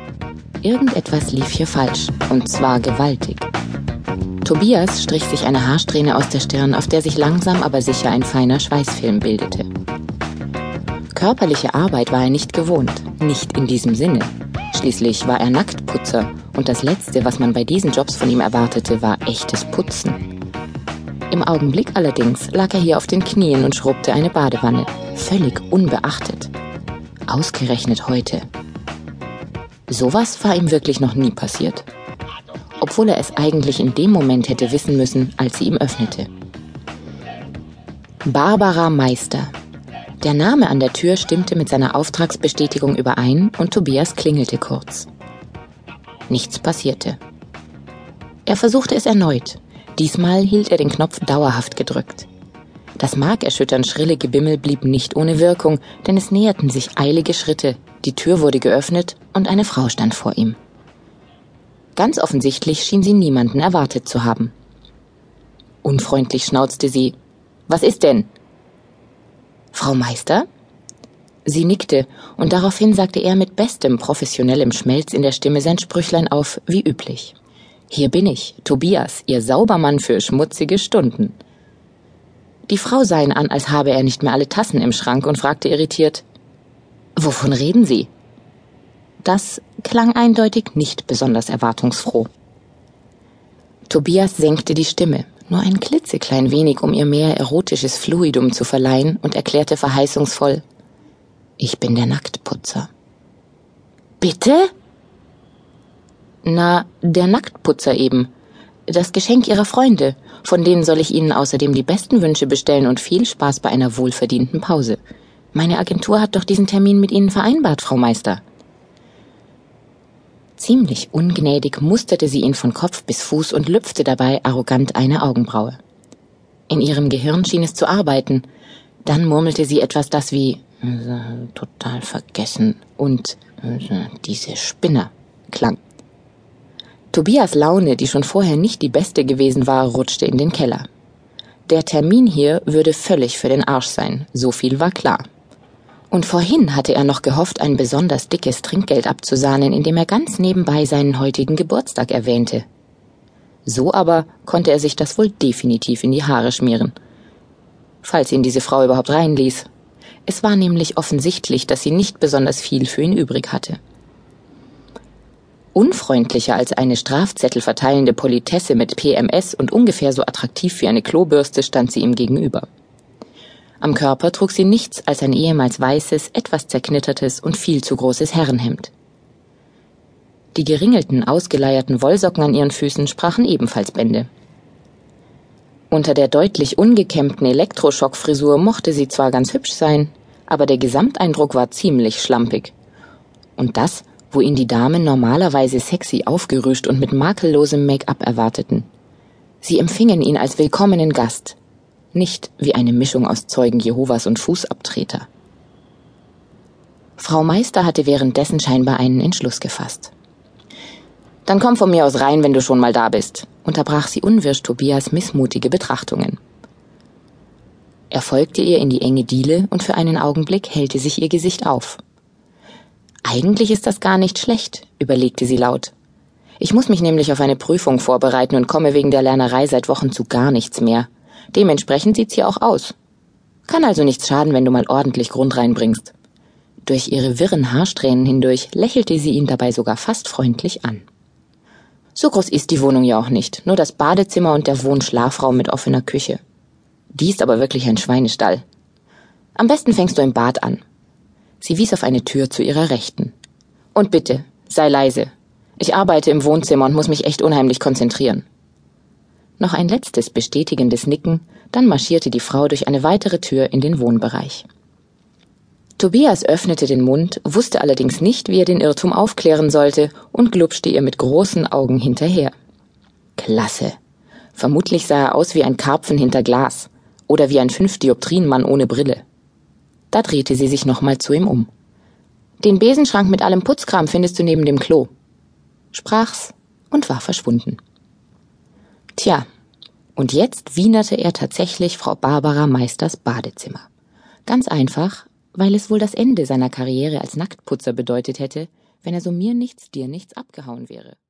Irgendetwas lief hier falsch, und zwar gewaltig. Tobias strich sich eine Haarsträhne aus der Stirn, auf der sich langsam aber sicher ein feiner Schweißfilm bildete. Körperliche Arbeit war er nicht gewohnt, nicht in diesem Sinne. Schließlich war er Nacktputzer und das Letzte, was man bei diesen Jobs von ihm erwartete, war echtes Putzen. Im Augenblick allerdings lag er hier auf den Knien und schrubbte eine Badewanne, völlig unbeachtet. Ausgerechnet heute. Sowas war ihm wirklich noch nie passiert. Obwohl er es eigentlich in dem Moment hätte wissen müssen, als sie ihm öffnete. Barbara Meister. Der Name an der Tür stimmte mit seiner Auftragsbestätigung überein und Tobias klingelte kurz. Nichts passierte. Er versuchte es erneut. Diesmal hielt er den Knopf dauerhaft gedrückt. Das markerschütternd schrille Gebimmel blieb nicht ohne Wirkung, denn es näherten sich eilige Schritte, die Tür wurde geöffnet und eine Frau stand vor ihm. Ganz offensichtlich schien sie niemanden erwartet zu haben. Unfreundlich schnauzte sie: »Was ist denn?« »Frau Meister?« Sie nickte, und daraufhin sagte er mit bestem professionellem Schmelz in der Stimme sein Sprüchlein auf, wie üblich. »Hier bin ich, Tobias, Ihr Saubermann für schmutzige Stunden.« Die Frau sah ihn an, als habe er nicht mehr alle Tassen im Schrank und fragte irritiert: »Wovon reden Sie?« Das klang eindeutig nicht besonders erwartungsfroh. Tobias senkte die Stimme, nur ein klitzeklein wenig, um ihr mehr erotisches Fluidum zu verleihen, und erklärte verheißungsvoll: »Ich bin der Nacktputzer.« »Bitte?« »Na, der Nacktputzer eben. Das Geschenk Ihrer Freunde. Von denen soll ich Ihnen außerdem die besten Wünsche bestellen und viel Spaß bei einer wohlverdienten Pause. Meine Agentur hat doch diesen Termin mit Ihnen vereinbart, Frau Meister.« Ziemlich ungnädig musterte sie ihn von Kopf bis Fuß und lüpfte dabei arrogant eine Augenbraue. In ihrem Gehirn schien es zu arbeiten. Dann murmelte sie etwas, das wie »total vergessen« und »diese Spinner« klang. Tobias' Laune, die schon vorher nicht die beste gewesen war, rutschte in den Keller. Der Termin hier würde völlig für den Arsch sein, so viel war klar. Und vorhin hatte er noch gehofft, ein besonders dickes Trinkgeld abzusahnen, indem er ganz nebenbei seinen heutigen Geburtstag erwähnte. So aber konnte er sich das wohl definitiv in die Haare schmieren. Falls ihn diese Frau überhaupt reinließ. Es war nämlich offensichtlich, dass sie nicht besonders viel für ihn übrig hatte. Unfreundlicher als eine Strafzettel verteilende Politesse mit PMS und ungefähr so attraktiv wie eine Klobürste stand sie ihm gegenüber. Am Körper trug sie nichts als ein ehemals weißes, etwas zerknittertes und viel zu großes Herrenhemd. Die geringelten, ausgeleierten Wollsocken an ihren Füßen sprachen ebenfalls Bände. Unter der deutlich ungekämmten Elektroschockfrisur mochte sie zwar ganz hübsch sein, aber der Gesamteindruck war ziemlich schlampig. Und das, wo ihn die Damen normalerweise sexy aufgerüscht und mit makellosem Make-up erwarteten. Sie empfingen ihn als willkommenen Gast, nicht wie eine Mischung aus Zeugen Jehovas und Fußabtreter. Frau Meister hatte währenddessen scheinbar einen Entschluss gefasst. »Dann komm von mir aus rein, wenn du schon mal da bist«, unterbrach sie unwirsch Tobias missmutige Betrachtungen. Er folgte ihr in die enge Diele und für einen Augenblick hellte sich ihr Gesicht auf. »Eigentlich ist das gar nicht schlecht«, überlegte sie laut. »Ich muss mich nämlich auf eine Prüfung vorbereiten und komme wegen der Lernerei seit Wochen zu gar nichts mehr. Dementsprechend sieht's hier auch aus. Kann also nichts schaden, wenn du mal ordentlich Grund reinbringst.« Durch ihre wirren Haarsträhnen hindurch lächelte sie ihn dabei sogar fast freundlich an. So groß ist die Wohnung ja auch nicht, nur das Badezimmer und der Wohn-Schlafraum mit offener Küche. Die ist aber wirklich ein Schweinestall. Am besten fängst du im Bad an. Sie wies auf eine Tür zu ihrer Rechten. Und bitte, sei leise. Ich arbeite im Wohnzimmer und muss mich echt unheimlich konzentrieren. Noch ein letztes bestätigendes Nicken, dann marschierte die Frau durch eine weitere Tür in den Wohnbereich. Tobias öffnete den Mund, wusste allerdings nicht, wie er den Irrtum aufklären sollte und glupschte ihr mit großen Augen hinterher. Klasse. Vermutlich sah er aus wie ein Karpfen hinter Glas oder wie ein 5-Dioptrin-Mann ohne Brille. Da drehte sie sich nochmal zu ihm um. »Den Besenschrank mit allem Putzkram findest du neben dem Klo«, sprach's und war verschwunden. Tja, und jetzt wienerte er tatsächlich Frau Barbara Meisters Badezimmer. Ganz einfach, weil es wohl das Ende seiner Karriere als Nacktputzer bedeutet hätte, wenn er so mir nichts, dir nichts abgehauen wäre.